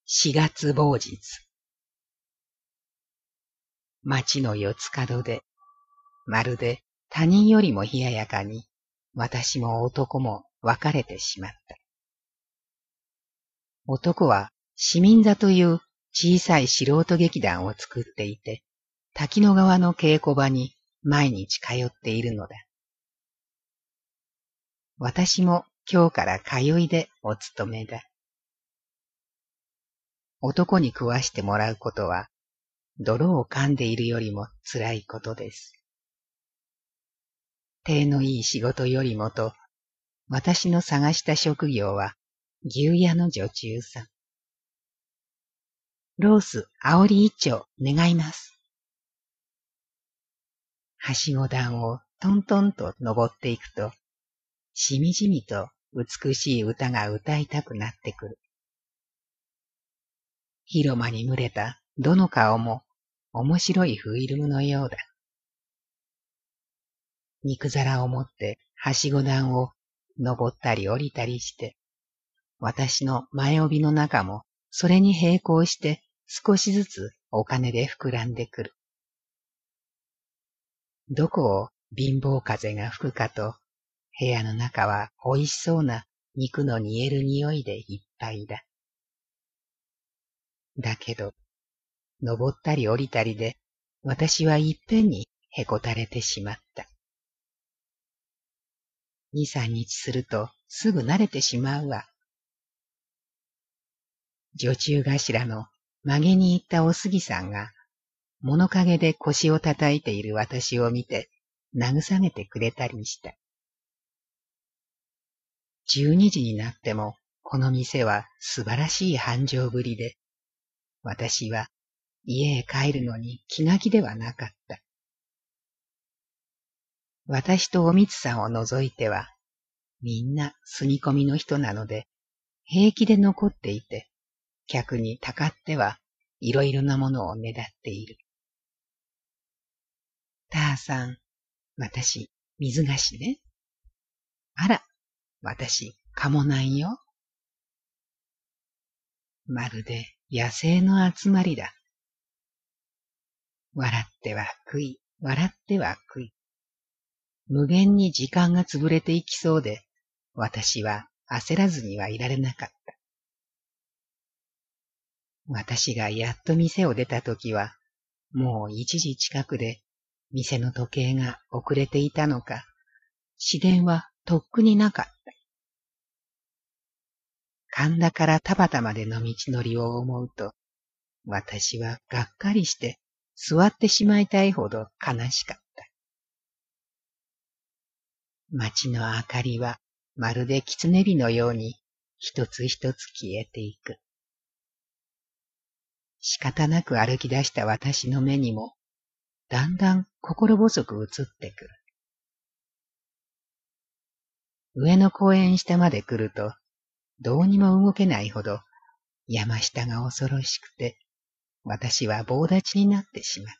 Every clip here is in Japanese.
4月某日。町の四つ角で、まるで他人よりも冷ややかに、私も男も別れてしまった。男は市民座という小さい素人劇団を作っていて、滝野川の稽古場に毎日通っているのだ。私も今日から通いでお勤めだ。男に食わしてもらうことは、泥を噛んでいるよりも辛いことです。体のいい仕事よりもと、私の探した職業は牛屋の女中さん。ロース煽り一丁願います。はしご段をトントンと登っていくと、しみじみと美しい歌が歌いたくなってくる。広間に群れたどの顔も面白いフィルムのようだ。肉皿を持ってはしご段を登ったり降りたりして、私の前帯の中もそれに並行して少しずつお金で膨らんでくる。どこを貧乏風が吹くかと、部屋の中は美味しそうな肉の煮える匂いでいっぱいだ。だけど、登ったり降りたりで、私はいっぺんにへこたれてしまった。2、3日するとすぐ慣れてしまうわ。女中頭の曲げに行ったお杉さんが、物陰で腰を叩いている私を見て、慰めてくれたりした。12時になっても、この店は素晴らしい繁盛ぶりで、私は家へ帰るのに気が気ではなかった。私とおみつさんを除いては、みんな住み込みの人なので、平気で残っていて、客にたかってはいろいろなものをねだっている。たあさん、私、水菓子ね。あら、私、かもなんよ。まるで野生の集まりだ。笑っては食い、笑っては食い。無限に時間が潰れていきそうで、私は焦らずにはいられなかった。私がやっと店を出たときは、もう1時近くで、店の時計が遅れていたのか、市電はとっくになかった。神田から田端までの道のりを思うと、私はがっかりして座ってしまいたいほど悲しかった。街の明かりはまるで狐火のように一つ一つ消えていく。仕方なく歩き出した私の目にも、だんだん心細く映ってくる。上の公園下まで来ると、どうにも動けないほど山下が恐ろしくて、私は棒立ちになってしまった。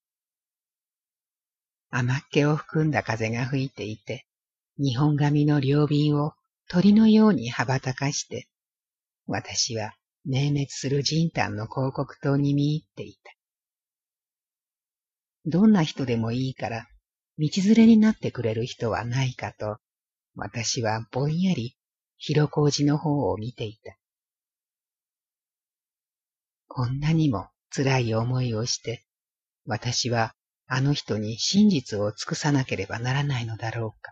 甘っ気を含んだ風が吹いていて、日本髪の両鬢を鳥のように羽ばたかして、私は明滅する人丹の広告塔に見入っていた。どんな人でもいいから、道連れになってくれる人はないかと、私はぼんやり広小路の方を見ていた。こんなにも辛い思いをして、私はあの人に真実を尽くさなければならないのだろうか。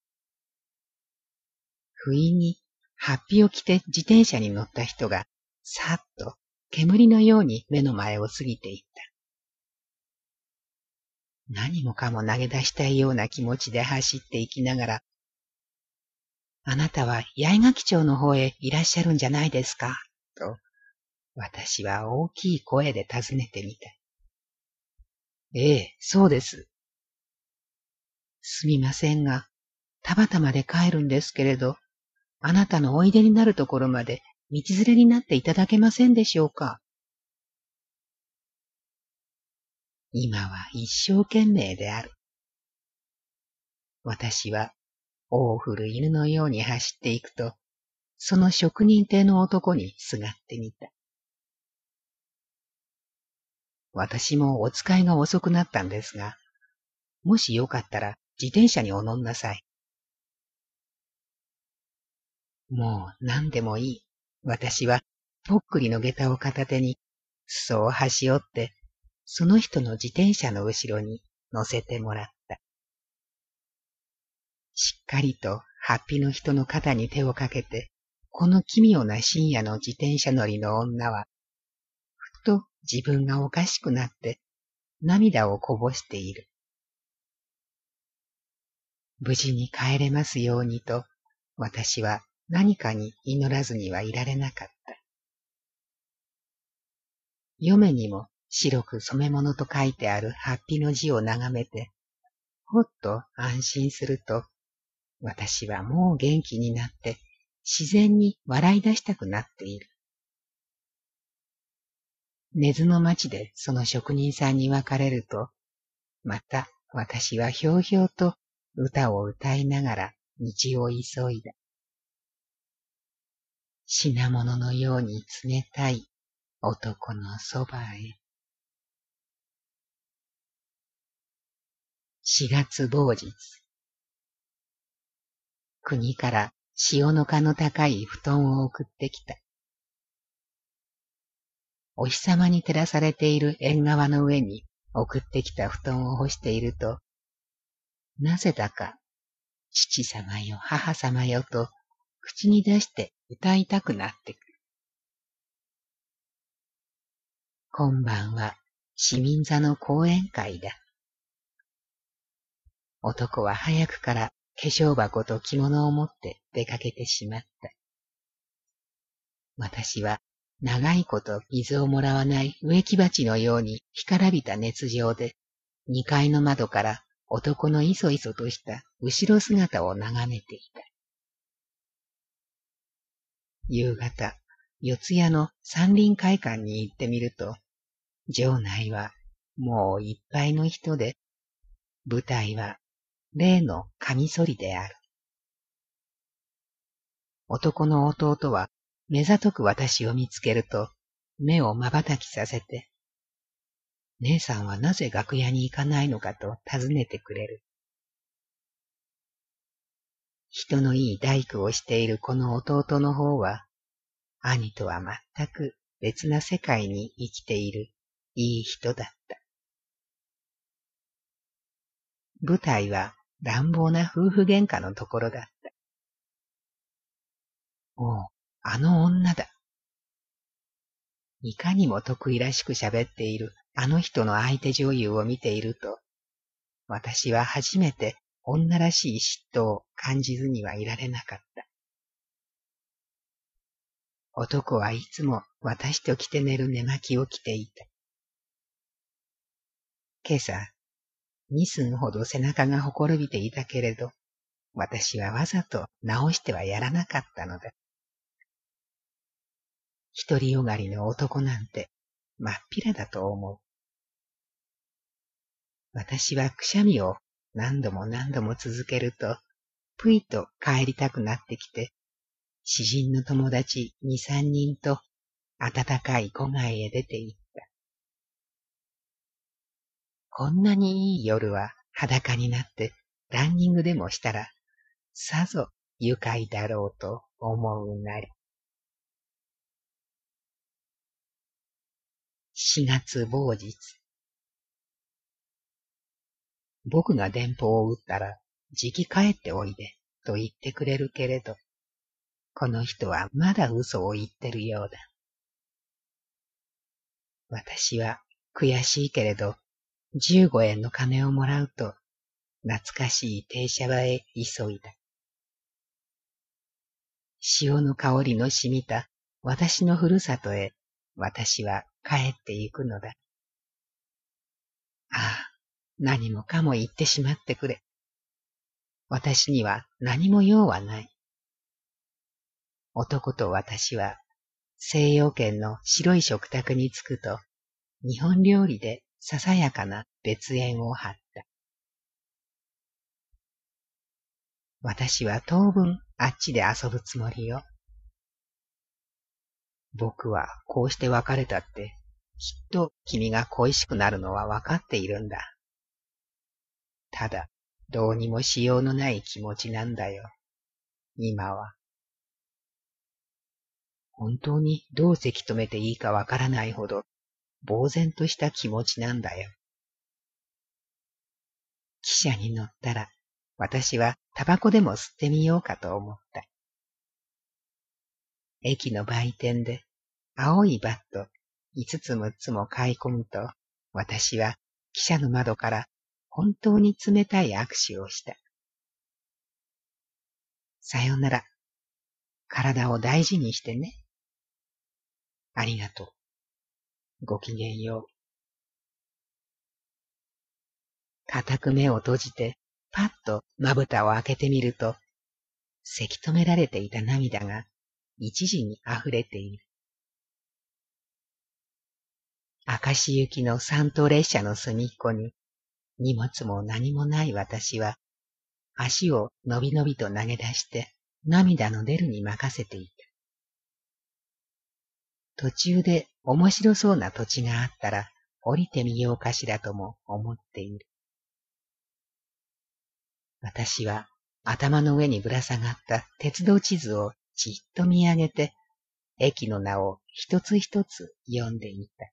不意に法被を着て自転車に乗った人がさっと煙のように目の前を過ぎていった。何もかも投げ出したいような気持ちで走っていきながら、あなたは八重垣町の方へいらっしゃるんじゃないですかと、私は大きい声で尋ねてみた。ええ、そうです。すみませんが、田端まで帰るんですけれど、あなたのおいでになるところまで道連れになっていただけませんでしょうか。今は一生懸命である。私は尾を振る犬のように走っていくと、その職人邸の男にすがってみた。 私もお使いが遅くなったんですが、もしよかったら自転車にお乗んなさい。もう何でもいい。私はぽっくりの下駄を片手に、裾を端折って、その人の自転車の後ろに乗せてもらった。しっかりとハッピの人の肩に手をかけて、この奇妙な深夜の自転車乗りの女は、ふと自分がおかしくなって涙をこぼしている。無事に帰れますようにと、私は何かに祈らずにはいられなかった。嫁にも白く染め物と書いてあるハッピの字を眺めて、ほっと安心すると、私はもう元気になって自然に笑い出したくなっている。根津の町でその職人さんに別れると、また私はひょうひょうと歌を歌いながら道を急いだ。品物のように冷たい男のそばへ。4月某日。国から潮の香の高い布団を送ってきた。お日様に照らされている縁側の上に送ってきた布団を干していると、なぜだか、父様よ、母様よと口に出して歌いたくなってくる。今晩は市民座の講演会だ。男は早くから化粧箱と着物を持って出かけてしまった。私は長いこと水をもらわない植木鉢のように干からびた熱情で、2階の窓から男のいそいそとした後ろ姿を眺めていた。夕方、四谷の山林会館に行ってみると、場内はもういっぱいの人で、舞台は例のカミソリである。男の弟は目ざとく私を見つけると、目を瞬きさせて、姉さんはなぜ楽屋に行かないのかと尋ねてくれる。人のいい大工をしているこの弟の方は、兄とは全く別な世界に生きているいい人だった。舞台は乱暴な夫婦喧嘩のところだった。おう、あの女だ。いかにも得意らしく喋っているあの人の相手女優を見ていると、私は初めて女らしい嫉妬を感じずにはいられなかった。男はいつも私と着て寝る寝巻きを着ていた。今朝、2寸ほど背中がほころびていたけれど、私はわざと直してはやらなかったのだ。独りよがりの男なんて真っ平だと思う。私はくしゃみを何度も何度も続けると、ぷいと帰りたくなってきて、詩人の友達2、3人と暖かい戸外へ出て行った。こんなにいい夜は裸になってランニングでもしたら、さぞ愉快だろうと思うなり。4月某日。僕が電報を打ったら、じき帰っておいで、と言ってくれるけれど、この人はまだ嘘を言ってるようだ。私は悔しいけれど、15円の金をもらうと、懐かしい停車場へ急いだ。潮の香りの染みた私のふるさとへ、私は帰ってゆくのだ。ああ、何もかも言ってしまってくれ。私には何も用はない。男と私は西洋圏の白い食卓に着くと、日本料理でささやかな別縁を張った。私は当分あっちで遊ぶつもりよ。僕はこうして別れたってきっと君が恋しくなるのはわかっているんだ。ただ、どうにもしようのない気持ちなんだよ。今は。本当にどうせき止めていいかわからないほど、呆然とした気持ちなんだよ。汽車に乗ったら、私はタバコでも吸ってみようかと思った。駅の売店で青いバット5つ6つも買い込むと、私は汽車の窓から本当に冷たい握手をした。さよなら。体を大事にしてね。ありがとう。ごきげんよう。固く目を閉じて、パッとまぶたを開けてみると、せき止められていた涙が一時に溢れている。明石行きの三等列車の隅っこに、荷物も何もない私は、足をのびのびと投げ出して、涙の出るに任せていた。途中で面白そうな土地があったら、降りてみようかしらとも思っている。私は頭の上にぶら下がった鉄道地図をじっと見上げて、駅の名を一つ一つ読んでいた。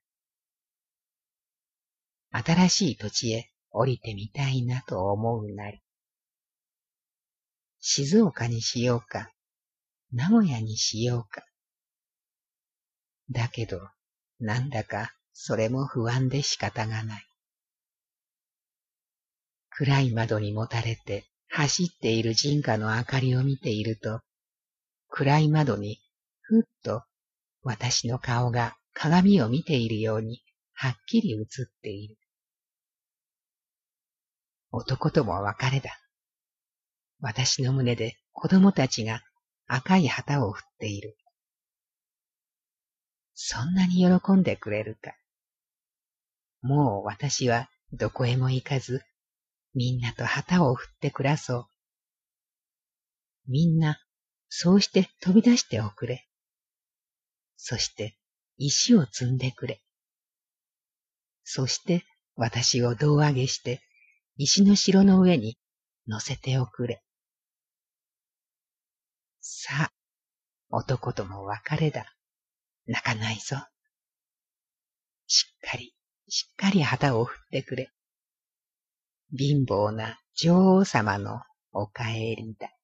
新しい土地へ降りてみたいなと思うなり。静岡にしようか、名古屋にしようか。だけど、なんだかそれも不安で仕方がない。暗い窓にもたれて走っている人家の明かりを見ていると、暗い窓にふっと私の顔が鏡を見ているようにはっきり映っている。男とも別れだ。私の胸で子供たちが赤い旗を振っている。そんなに喜んでくれるか。もう私はどこへも行かず、みんなと旗を振って暮らそう。みんな、そうして飛び出しておくれ。そして石を積んでくれ。そして私を胴上げして石の城の上に乗せておくれ。さあ、男とも別れだ。泣かないぞ。しっかり旗を振ってくれ。貧乏な女王様のお帰りだ。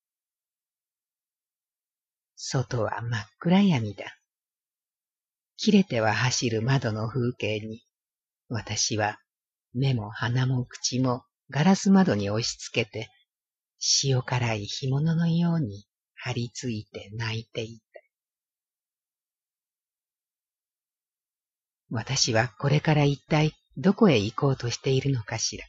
外は真っ暗闇だ。切れては走る窓の風景に、私は目も鼻も口もガラス窓に押し付けて、塩辛い干物のように張り付いて泣いていた。私はこれから一体どこへ行こうとしているのかしら。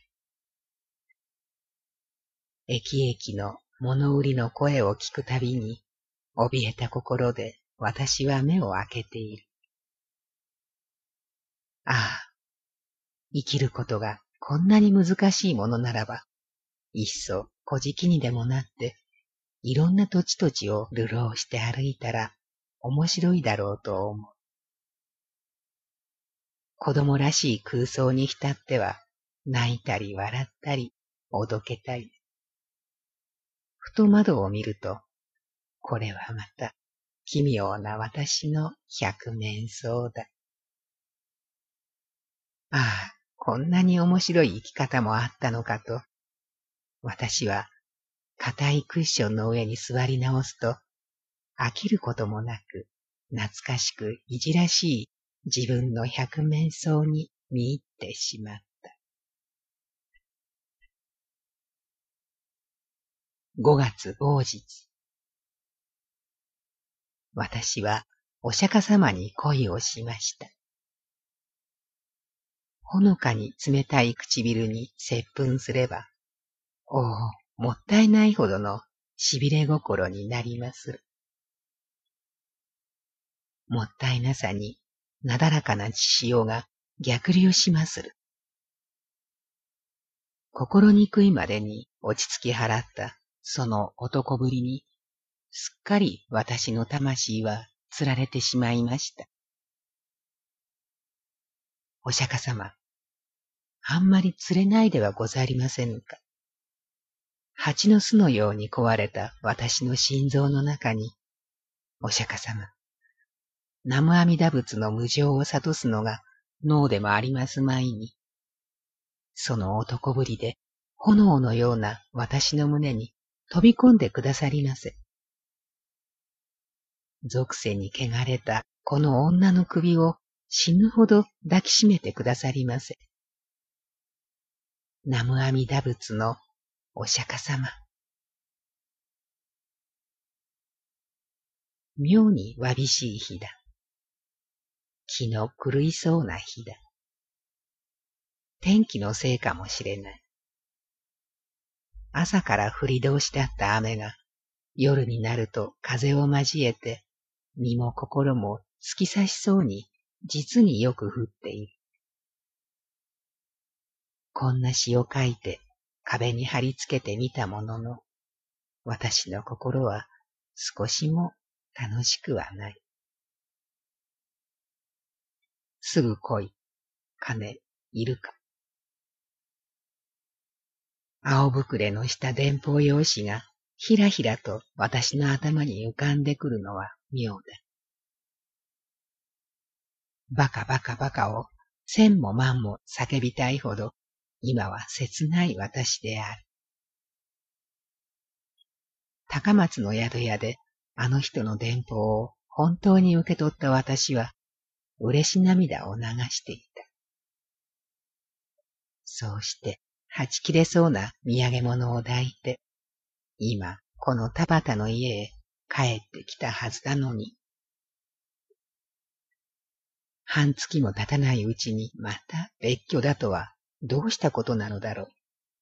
駅々の物売りの声を聞くたびに、怯えた心で私は目を開けている。ああ、生きることがこんなに難しいものならば、いっそ小じにでもなって、いろんな土地土地を流浪して歩いたら面白いだろうと思う。子供らしい空想に浸っては、泣いたり笑ったり、おどけたり。ふと窓を見ると、これはまた奇妙な私の百面相だ。ああ、こんなに面白い生き方もあったのかと、私は硬いクッションの上に座り直すと、飽きることもなく、懐かしくいじらしい自分の百面相に見入ってしまった。5月某日。私はお釈迦様に恋をしました。ほのかに冷たい唇に接吻すれば、おお、もったいないほどの痺れ心になりまする。もったいなさになだらかな血潮が逆流しまする。心にくいまでに落ち着き払ったその男ぶりに、すっかり私の魂は釣られてしまいました。 お釈迦様、あんまり釣れないではござりませんか。蜂の巣のように壊れた私の心臓の中に、お釈迦様、南無阿弥陀仏の無常を悟すのが脳でもありますまいに、その男ぶりで炎のような私の胸に飛び込んでくださりませ。俗世に汚れたこの女の首を死ぬほど抱きしめてくださりませ。南無阿弥陀仏のお釈迦様。妙にわびしい日だ。気の狂いそうな日だ。天気のせいかもしれない。朝から降り通しだった雨が夜になると風を交えて身も心も突き刺しそうに実によく降っている。こんな詩を書いて壁に貼り付けてみたものの、私の心は少しも楽しくはない。すぐ来い、金、いるか。青膨れのした電報用紙がひらひらと私の頭に浮かんでくるのは妙だ。バカバカバカを千も万も叫びたいほど今は切ない私である。高松の宿屋であの人の電報を本当に受け取った私は嬉し涙を流していた。そうしてはち切れそうな土産物を抱いて、今この田端の家へ帰ってきたはずなのに、半月も経たないうちにまた別居だとはどうしたことなのだろう。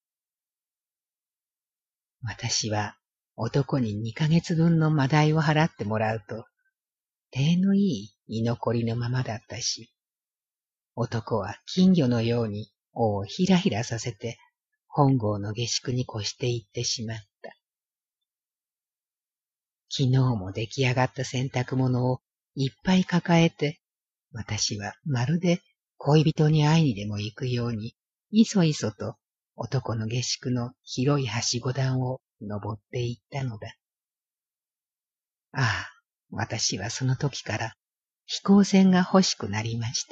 私は男に2ヶ月分の間代を払ってもらうと、体のいい居残りのままだったし、男は金魚のように尾をひらひらさせて本郷の下宿に越して行ってしまった。昨日も出来上がった洗濯物をいっぱい抱えて、私はまるで恋人に会いにでも行くように、いそいそと男の下宿の広いはしご段を登っていったのだ。ああ、私はその時から飛行船が欲しくなりました。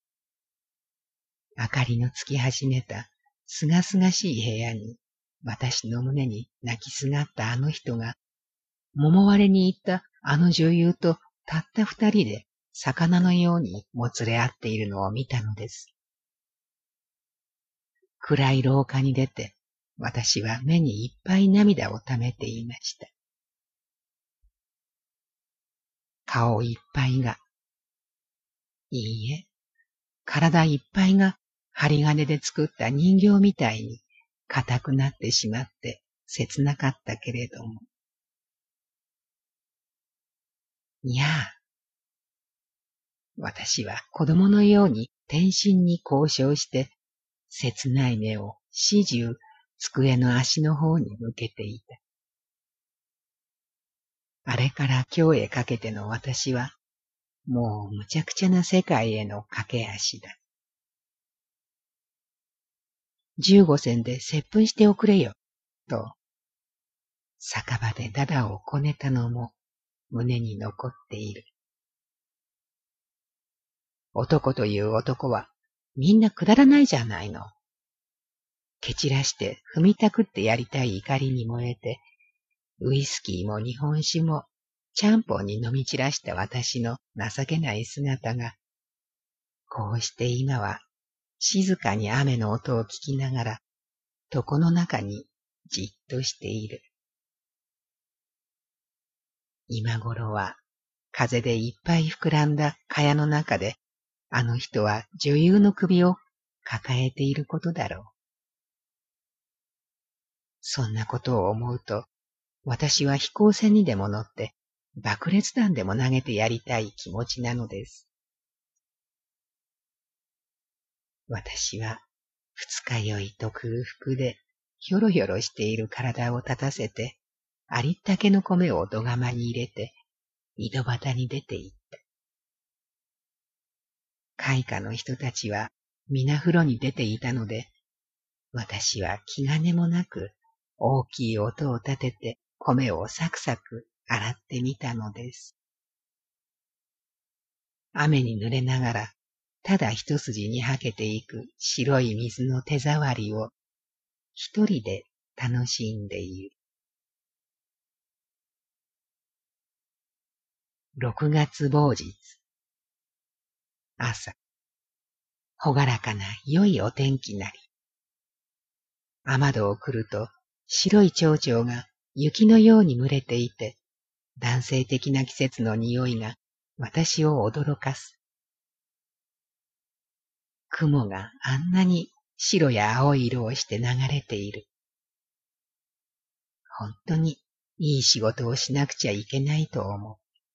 明かりのつき始めたすがすがしい部屋に、私の胸に泣きすがったあの人が、桃割れに行ったあの女優とたった二人で魚のようにもつれ合っているのを見たのです。暗い廊下に出て、私は目にいっぱい涙をためていました。顔いっぱいが、いいえ、体いっぱいが針金で作った人形みたいに硬くなってしまって切なかったけれども。いやあ、私は子供のように天真に交渉して、切ない目を始終机の足の方に向けていた。あれから今日へかけての私は、もうむちゃくちゃな世界への駆け足だ。15銭で接吻しておくれよ、と、酒場でダダをこねたのも胸に残っている。男という男はみんなくだらないじゃないの。蹴散らして踏みたくってやりたい怒りに燃えて、ウイスキーも日本酒もちゃんぽんに飲み散らした私の情けない姿が、こうして今は静かに雨の音を聞きながら床の中にじっとしている。今頃は風でいっぱい膨らんだ蚊帳の中で、あの人は女優の首を抱えていることだろう。そんなことを思うと、私は飛行船にでも乗って爆裂弾でも投げてやりたい気持ちなのです。私は二日酔いと空腹でひょろひょろしている体を立たせて、ありったけの米を土釜に入れて井戸端に出て行った。 開花の人たちは皆風呂に出ていたので、私は気兼ねもなく大きい音を立てて米をサクサク洗ってみたのです。雨に濡れながら、ただ一筋にはけていく白い水の手触りを一人で楽しんでいる。6月某日。朝。ほがらかな良いお天気なり。雨戸を来ると白い蝶々が雪のように群れていて、男性的な季節の匂いが私を驚かす。雲があんなに白や青い色をして流れている。本当にいい仕事をしなくちゃいけないと思う。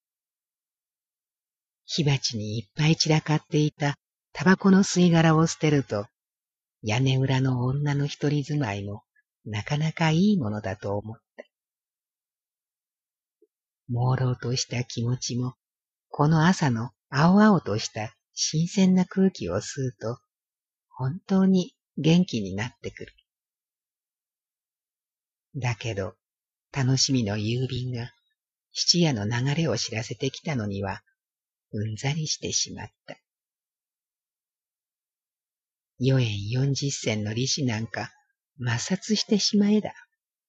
火鉢にいっぱい散らかっていたタバコの吸い殻を捨てると、屋根裏の女の一人住まいもなかなかいいものだと思った。朦朧とした気持ちも、この朝の青々とした新鮮な空気を吸うと、本当に元気になってくる。だけど、楽しみの郵便が質屋の流れを知らせてきたのには、うんざりしてしまった。4円40銭の利子なんか抹殺してしまえだ。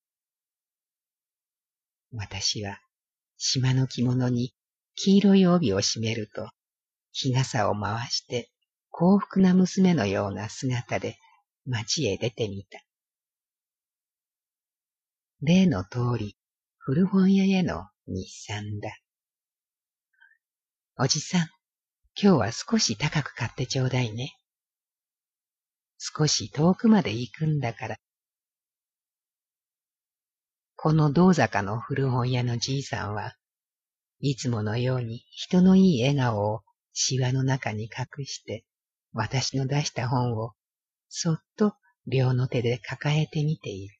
私は島の着物に黄色い帯を締めると、日傘を回して幸福な娘のような姿で街へ出てみた。例の通り、古本屋への日産だ。おじさん、今日は少し高く買ってちょうだいね。少し遠くまで行くんだから。この道坂の古本屋のじいさんは、いつものように人のいい笑顔をシワの中に隠して、私の出した本をそっと両の手で抱えてみている。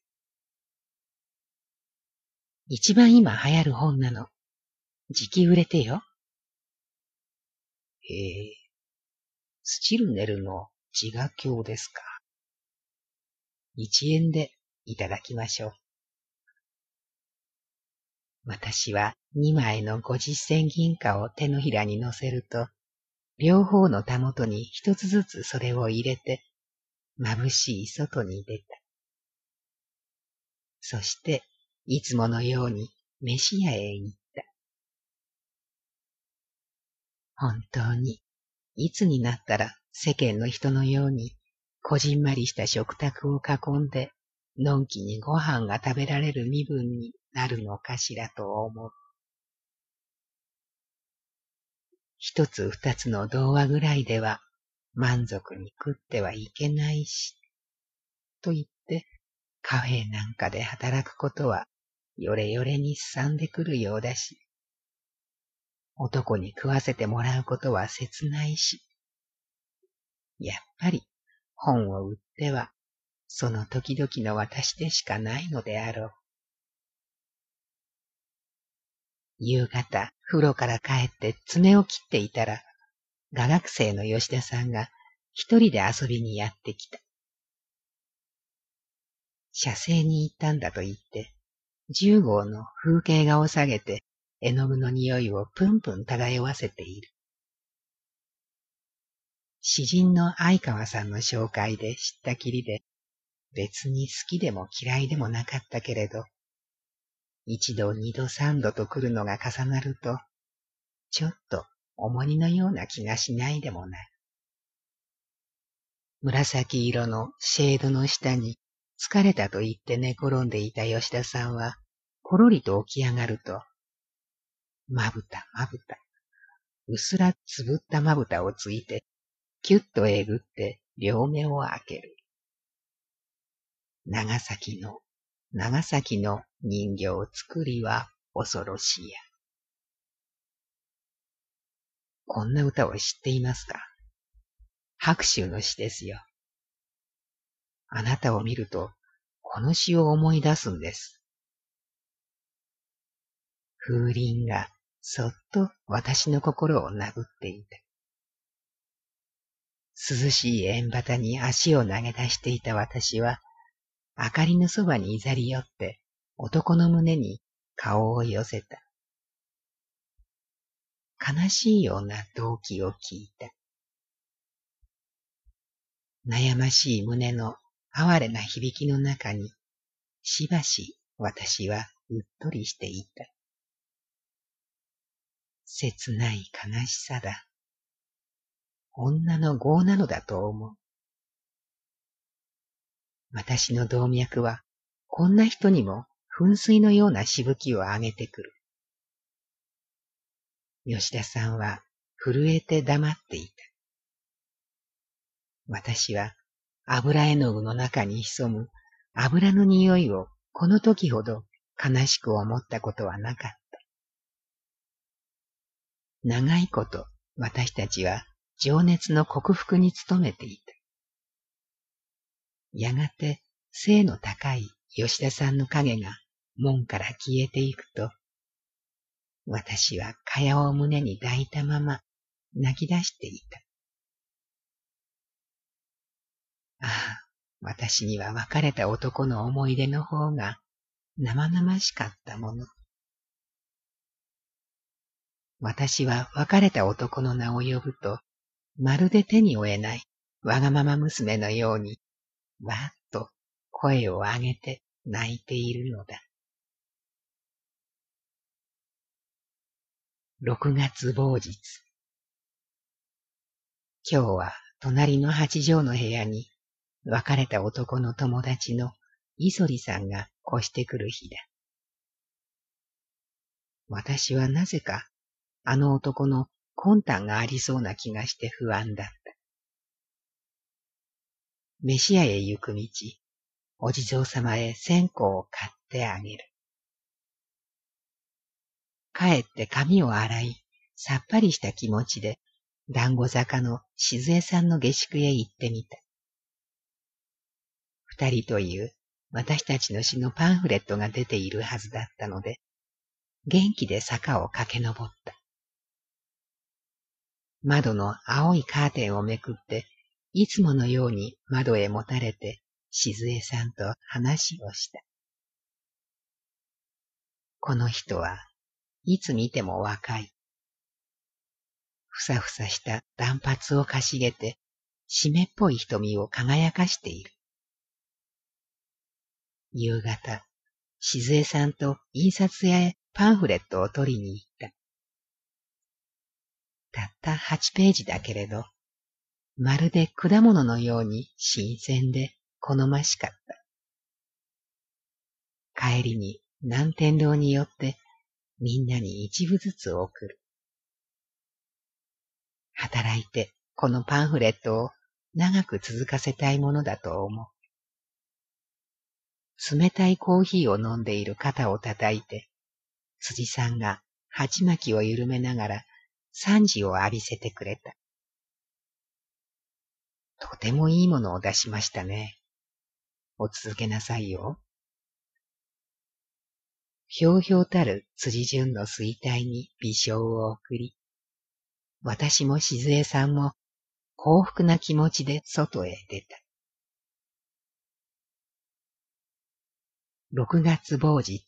一番今流行る本なの。時期売れてよ。へえ、スチルネルの自画経ですか。1円でいただきましょう。私は2枚の50銭銀貨を手のひらに乗せると、両方のたもとに一つずつそれを入れて、眩しい外に出た。そして、いつものように飯屋へ行った。本当に、いつになったら世間の人のように、こじんまりした食卓を囲んで、のんきにご飯が食べられる身分になるのかしらと思う。一つ二つの童話ぐらいでは満足に食ってはいけないし、と言ってカフェなんかで働くことはよれよれにすさんでくるようだし、男に食わせてもらうことは切ないし、やっぱり本を売ってはその時々の私でしかないのであろう。夕方、風呂から帰って爪を切っていたら、画学生の吉田さんが一人で遊びにやってきた。写生に行ったんだと言って、10号の風景画を下げて、絵の具の匂いをプンプン漂わせている。詩人の相川さんの紹介で知ったきりで、別に好きでも嫌いでもなかったけれど、一度二度三度と来るのが重なると、ちょっと重荷のような気がしないでもない。紫色のシェードの下に疲れたと言って寝転んでいた吉田さんは、ころりと起き上がると、まぶたまぶた、うすらつぶったまぶたをついて、キュッとえぐって両目を開ける。長崎の人形作りは恐ろしいや。こんな歌を知っていますか？白秋の詩ですよ。あなたを見ると、この詩を思い出すんです。風鈴がそっと私の心を殴っていた。 涼しい縁端に足を投げ出していた私は、明かりのそばにいざり寄って、男の胸に顔を寄せた。悲しいような動機を聞いた。悩ましい胸の哀れな響きの中に、しばし私はうっとりしていた。切ない悲しさだ。女の業なのだと思う。私の動脈は、こんな人にも噴水のようなしぶきを上げてくる。吉田さんは震えて黙っていた。私は油絵の具の中に潜む油の匂いをこの時ほど悲しく思ったことはなかった。長いこと私たちは情熱の克服に努めていた。やがて背の高い吉田さんの影が門から消えていくと、私は蚊帳を胸に抱いたまま泣き出していた。ああ、私には別れた男の思い出の方が生々しかったもの。私は別れた男の名を呼ぶと、まるで手に負えないわがまま娘のように、わーっと声を上げて泣いているのだ。6月某日。今日は隣の8畳の部屋に別れた男の友達の磯里さんが越してくる日だ。私はなぜかあの男の魂胆がありそうな気がして不安だった。飯屋へ行く道、お地蔵様へ線香を買ってあげる。帰って髪を洗い、さっぱりした気持ちで、団子坂の静江さんの下宿へ行ってみた。2人という私たちの詩のパンフレットが出ているはずだったので、元気で坂を駆け上った。窓の青いカーテンをめくって、いつものように窓へもたれて、静江さんと話をした。この人はいつ見ても若い。ふさふさした断髪をかしげて、湿っぽい瞳を輝かしている。夕方、静江さんと印刷屋へパンフレットを取りに行った。たった8ページだけれど、まるで果物のように新鮮で好ましかった。帰りに南天堂に寄ってみんなに一部ずつ送る。働いてこのパンフレットを長く続かせたいものだと思う。冷たいコーヒーを飲んでいる肩を叩いて、辻さんが鉢巻きを緩めながら賛辞を浴びせてくれた。とてもいいものを出しましたね。お続けなさいよ。ひょうひょうたる辻順の衰退に微笑を送り、私も静江さんも幸福な気持ちで外へ出た。6月某日。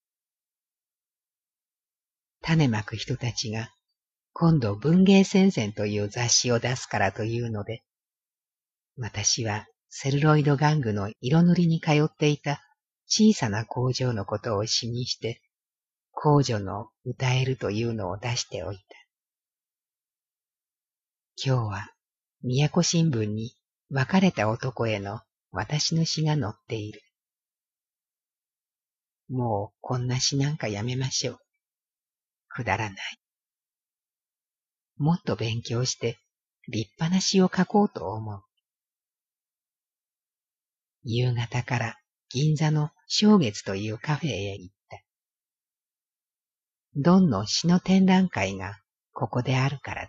種まく人たちが今度文芸戦線という雑誌を出すからというので、私はセルロイド玩具の色塗りに通っていた小さな工場のことを詩にして、工女の歌えるというのを出しておいた。今日は宮古新聞に別れた男への私の詩が載っている。もうこんな詩なんかやめましょう。くだらない。もっと勉強して立派な詩を書こうと思う。夕方から銀座の正月というカフェへ行った。ドンの詩の展覧会がここであるからだ。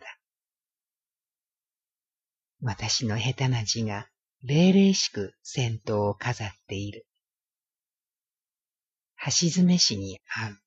私の下手な字が霊々しく先頭を飾っている。橋詰め詩に合う。